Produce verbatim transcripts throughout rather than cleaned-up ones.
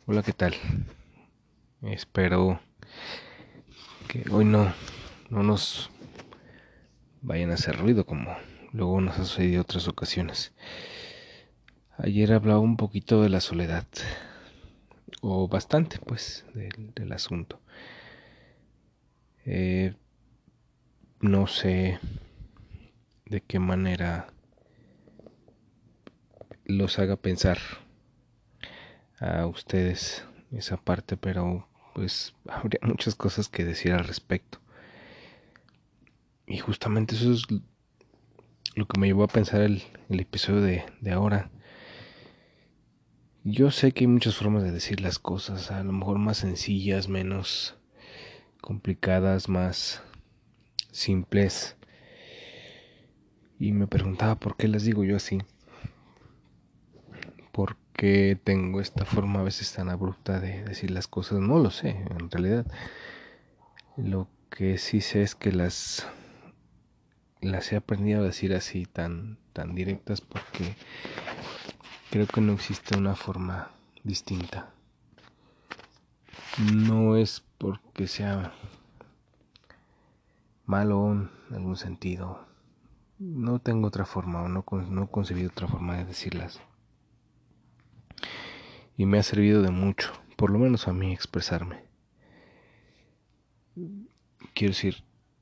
Hola, ¿qué tal? Espero que hoy no, no nos vayan a hacer ruido como luego nos ha sucedido otras ocasiones. Ayer hablaba un poquito de la soledad, o bastante pues, del, del asunto. Eh, no sé de qué manera los haga pensar a ustedes esa parte, pero pues habría muchas cosas que decir al respecto. Y justamente eso es lo que me llevó a pensar el, el episodio de, de ahora. Yo sé que hay muchas formas de decir las cosas, a lo mejor más sencillas, menos complicadas, más simples. Y me preguntaba por qué las digo yo así. ¿Por qué tengo esta forma a veces tan abrupta de decir las cosas? No lo sé, en realidad. Lo que sí sé es que las, las he aprendido a decir así, tan, tan directas, porque creo que no existe una forma distinta. No es porque sea malo en algún sentido. No tengo otra forma, o no, no he concebido otra forma de decirlas. Y me ha servido de mucho, por lo menos a mí, expresarme. Quiero decir,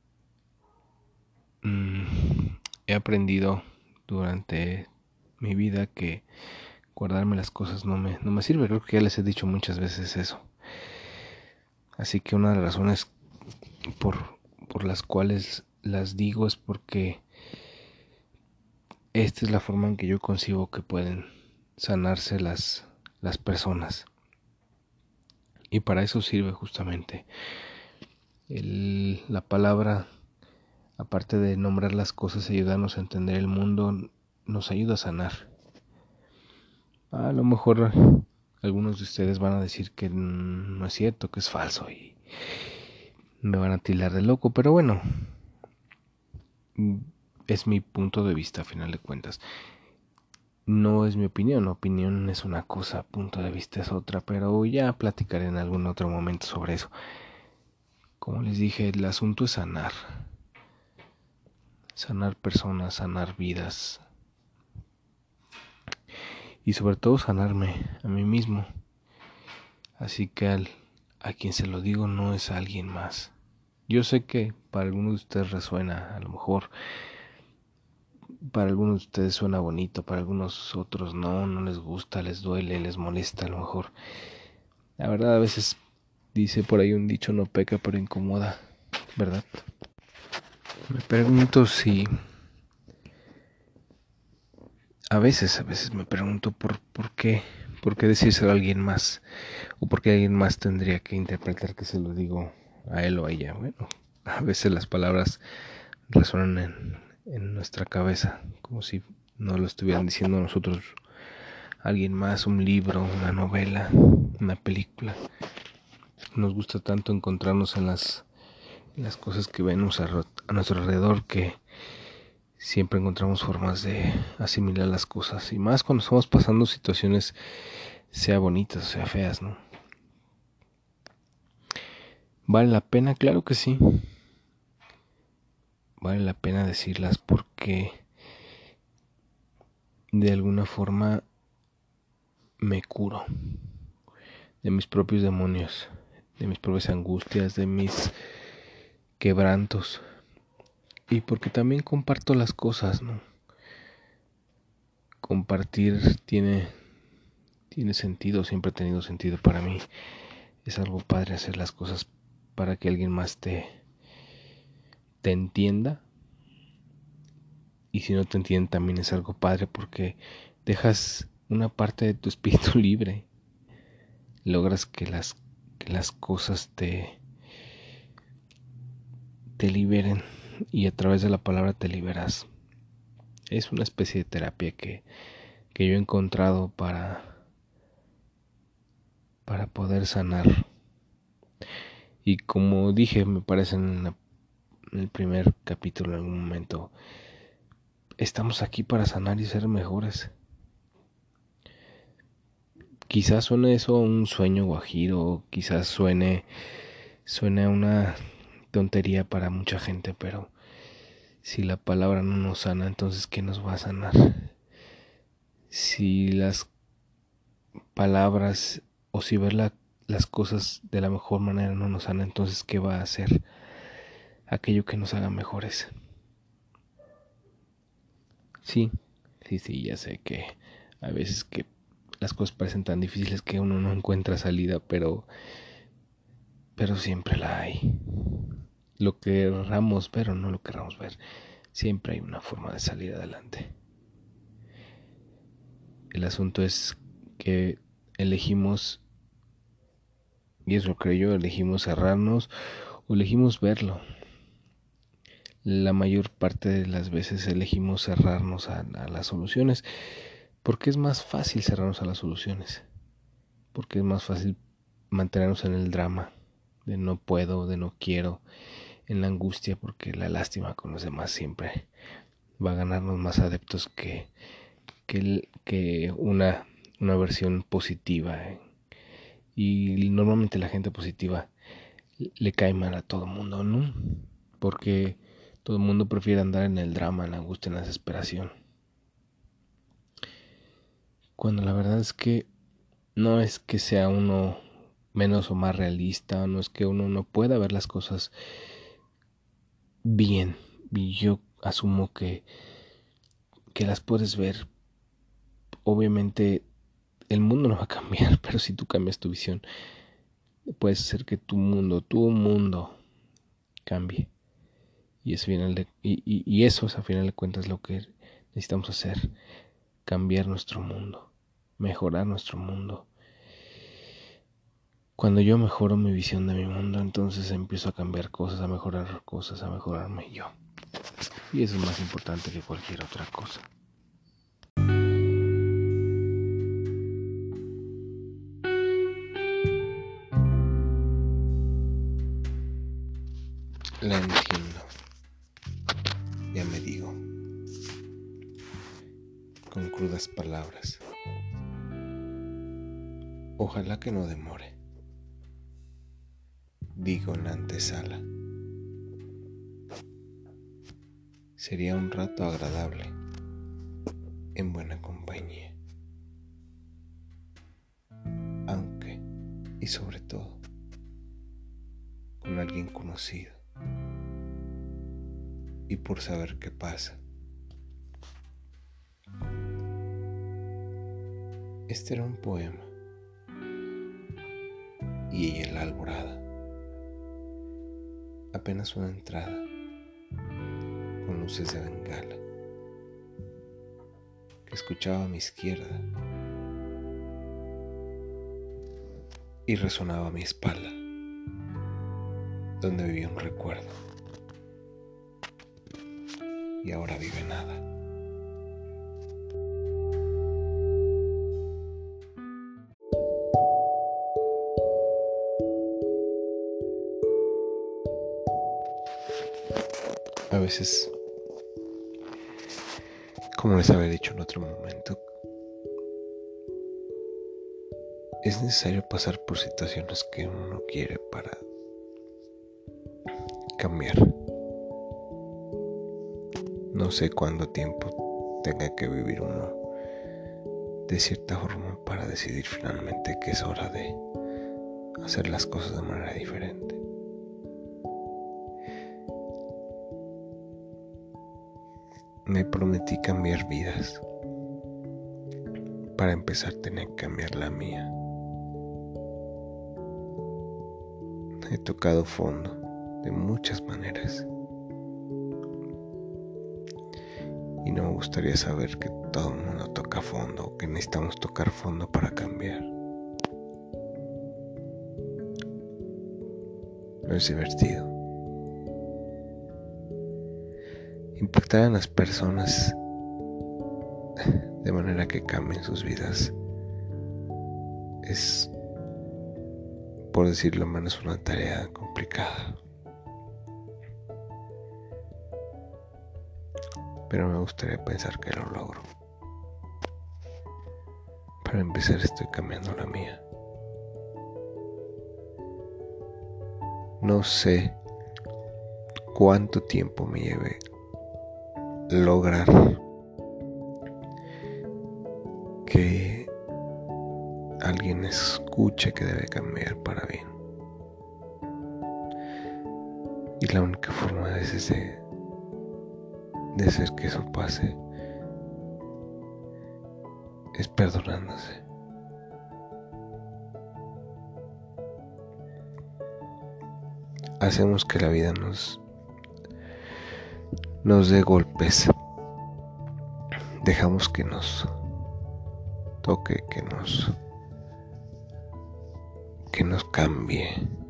mmm, he aprendido durante mi vida que guardarme las cosas no me, no me sirve. Creo que ya les he dicho muchas veces eso. Así que una de las razones por, por las cuales las digo es porque esta es la forma en que yo concibo que pueden sanarse las, las personas. Y para eso sirve justamente el, la palabra, aparte de nombrar las cosas y ayudarnos a entender el mundo, nos ayuda a sanar. A lo mejor algunos de ustedes van a decir que no es cierto, que es falso y me van a tildar de loco, pero bueno, es mi punto de vista a final de cuentas. No es mi opinión, opinión es una cosa, punto de vista es otra, pero ya platicaré en algún otro momento sobre eso. Como les dije, el asunto es sanar. Sanar personas, sanar vidas. Y sobre todo sanarme a mí mismo. Así que al, a quien se lo digo no es a alguien más. Yo sé que para algunos de ustedes resuena, a lo mejor para algunos de ustedes suena bonito, para algunos otros no, no les gusta, les duele, les molesta a lo mejor. La verdad a veces dice por ahí un dicho, no peca pero incomoda, ¿verdad? Me pregunto si a veces, a veces me pregunto por, por qué, por qué decírselo a alguien más, o por qué alguien más tendría que interpretar que se lo digo a él o a ella. Bueno, a veces las palabras resuenan en, en nuestra cabeza, como si no lo estuvieran diciendo a nosotros alguien más, un libro, una novela, una película. Nos gusta tanto encontrarnos en las, en las cosas que vemos a, a nuestro alrededor que siempre encontramos formas de asimilar las cosas, y más cuando estamos pasando situaciones, sea bonitas o sea feas, ¿no? ¿Vale la pena? Claro que sí. Vale la pena decirlas porque de alguna forma me curo de mis propios demonios, de mis propias angustias, de mis quebrantos, y porque también comparto las cosas, ¿no? Compartir tiene tiene sentido, siempre ha tenido sentido para mí. Es algo padre hacer las cosas para que alguien más te te entienda, y si no te entiende también es algo padre porque dejas una parte de tu espíritu libre, logras que las que las cosas te te liberen, y a través de la palabra te liberas. Es una especie de terapia que que yo he encontrado para para poder sanar. Y como dije, me parece en, la, en el primer capítulo en algún momento, estamos aquí para sanar y ser mejores. quizás suene eso un sueño guajiro, quizás suene, suene una tontería para mucha gente, pero si la palabra no nos sana, entonces ¿qué nos va a sanar? Si las palabras o si ver la, las cosas de la mejor manera no nos sana, entonces ¿qué va a hacer aquello que nos haga mejores? Sí, sí, sí, ya sé que a veces que las cosas parecen tan difíciles que uno no encuentra salida, pero pero siempre la hay. Lo querramos ver o no lo querramos ver, siempre hay una forma de salir adelante. El asunto es que elegimos, y eso creo yo, elegimos cerrarnos o elegimos verlo. La mayor parte de las veces elegimos cerrarnos a, a las soluciones, porque es más fácil cerrarnos a las soluciones, porque es más fácil mantenernos en el drama de no puedo, de no quiero, en la angustia, porque la lástima con los demás siempre va a ganarnos más adeptos que, que, que una, una versión positiva. ¿eh? Y normalmente la gente positiva le cae mal a todo el mundo, ¿no? Porque todo el mundo prefiere andar en el drama, en la angustia, en la desesperación. Cuando la verdad es que no es que sea uno menos o más realista, no es que uno no pueda ver las cosas bien. Y yo asumo que, que las puedes ver. Obviamente el mundo no va a cambiar, pero si tú cambias tu visión, puede ser que tu mundo, tu mundo cambie. Y eso, final de, y, y, y eso es a final de cuentas lo que necesitamos hacer, cambiar nuestro mundo, mejorar nuestro mundo. Cuando yo mejoro mi visión de mi mundo, entonces empiezo a cambiar cosas, a mejorar cosas, a mejorarme yo. Y eso es más importante que cualquier otra cosa. La entiendo. Ya me digo. Con crudas palabras. Ojalá que no demore. Digo en la antesala. Sería un rato agradable en buena compañía. Aunque, y sobre todo, con alguien conocido. Y por saber qué pasa. Este era un poema. Y ella en la alborada. Apenas una entrada. Con luces de bengala. Que escuchaba a mi izquierda. Y resonaba a mi espalda. Donde vivía un recuerdo. Y ahora vive nada. A veces, como les había dicho en otro momento, es necesario pasar por situaciones que uno no quiere para cambiar. No sé cuánto tiempo tenga que vivir uno de cierta forma para decidir finalmente que es hora de hacer las cosas de manera diferente. Me prometí cambiar vidas. Para empezar tenía que cambiar la mía. He tocado fondo de muchas maneras. Y no me gustaría saber que todo el mundo toca fondo o que necesitamos tocar fondo para cambiar. No es divertido. Impactar a las personas de manera que cambien sus vidas es, por decirlo menos, una tarea complicada. Pero me gustaría pensar que lo logro. Para empezar, estoy cambiando la mía. No sé cuánto tiempo me lleve lograr que alguien escuche que debe cambiar para bien. Y la única forma de, ese, de hacer que eso pase es perdonándose. Hacemos que la vida nos nos dé golpes. Dejamos que nos toque, que nos que nos cambie,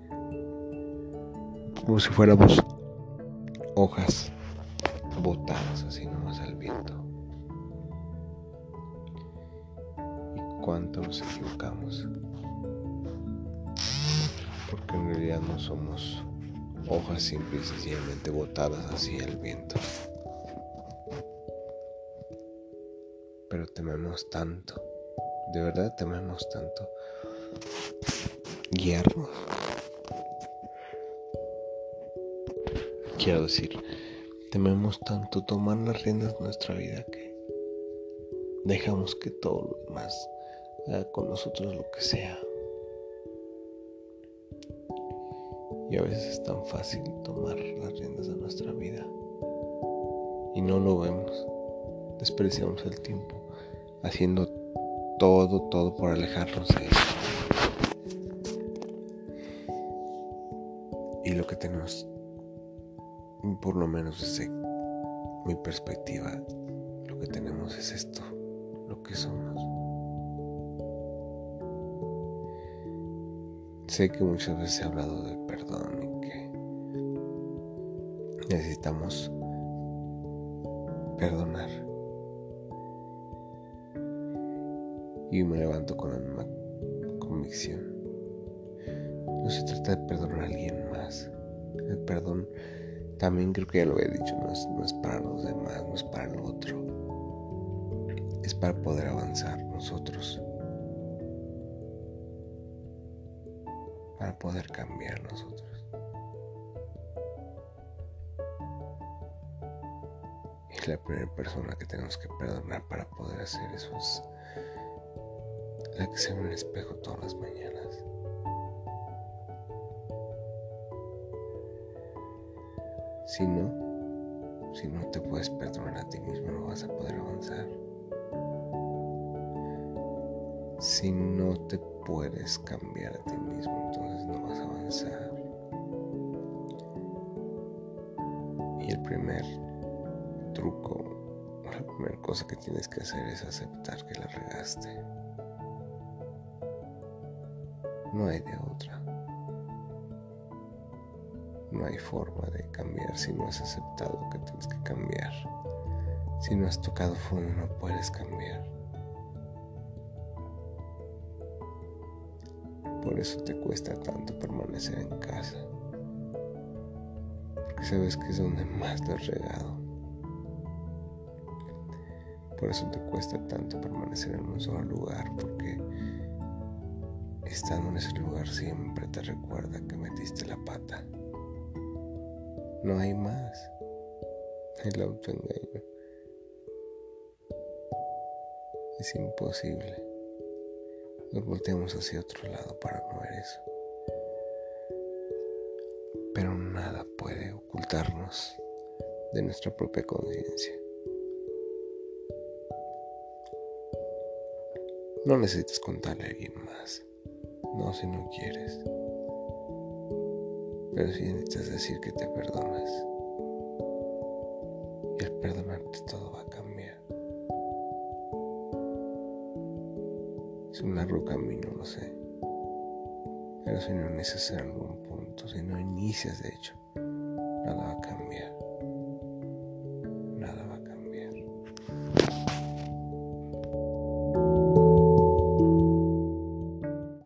como si fuéramos hojas botadas así nomás al viento. Y cuánto nos equivocamos, porque en realidad no somos hojas simple y sencillamente botadas así al viento. Pero tememos tanto, de verdad tememos tanto guiarnos. Quiero decir, tememos tanto tomar las riendas de nuestra vida que dejamos que todo lo demás haga con nosotros lo que sea. Y a veces es tan fácil tomar las riendas de nuestra vida y no lo vemos. Desperdiciamos el tiempo haciendo todo, todo por alejarnos de eso. Y lo que tenemos, por lo menos desde mi perspectiva, lo que tenemos es esto, lo que somos. Sé que muchas veces he hablado del perdón y que necesitamos perdonar. Y me levanto con la misma convicción. No se trata de perdonar a alguien más. El perdón, también creo que ya lo he dicho, no es, no es para los demás, no es para el otro. Es para poder avanzar nosotros. Para poder cambiar nosotros. Y la primera persona que tenemos que perdonar para poder hacer eso es la que se ve en el espejo todas las mañanas. Si no, si no te puedes perdonar a ti mismo, no vas a poder avanzar. Si no te puedes cambiar a ti mismo, entonces no vas a avanzar. Y el primer truco, la primera cosa que tienes que hacer es aceptar que la regaste. No hay de otra. No hay forma de cambiar si no has aceptado que tienes que cambiar. Si no has tocado fondo, no puedes cambiar. Por eso te cuesta tanto permanecer en casa. Porque sabes que es donde más te has regado. Por eso te cuesta tanto permanecer en un solo lugar, porque estando en ese lugar siempre te recuerda que metiste la pata. No hay más. El autoengaño es imposible. Nos volteamos hacia otro lado para no ver eso. Pero nada puede ocultarnos de nuestra propia conciencia. No necesitas contarle a alguien más. No, si no quieres. Pero sí necesitas decir que te perdonas. Y al perdonarte todo va a cambiar. Es un largo camino, lo sé. Pero si no inicias en algún punto, si no inicias de hecho, nada va a cambiar.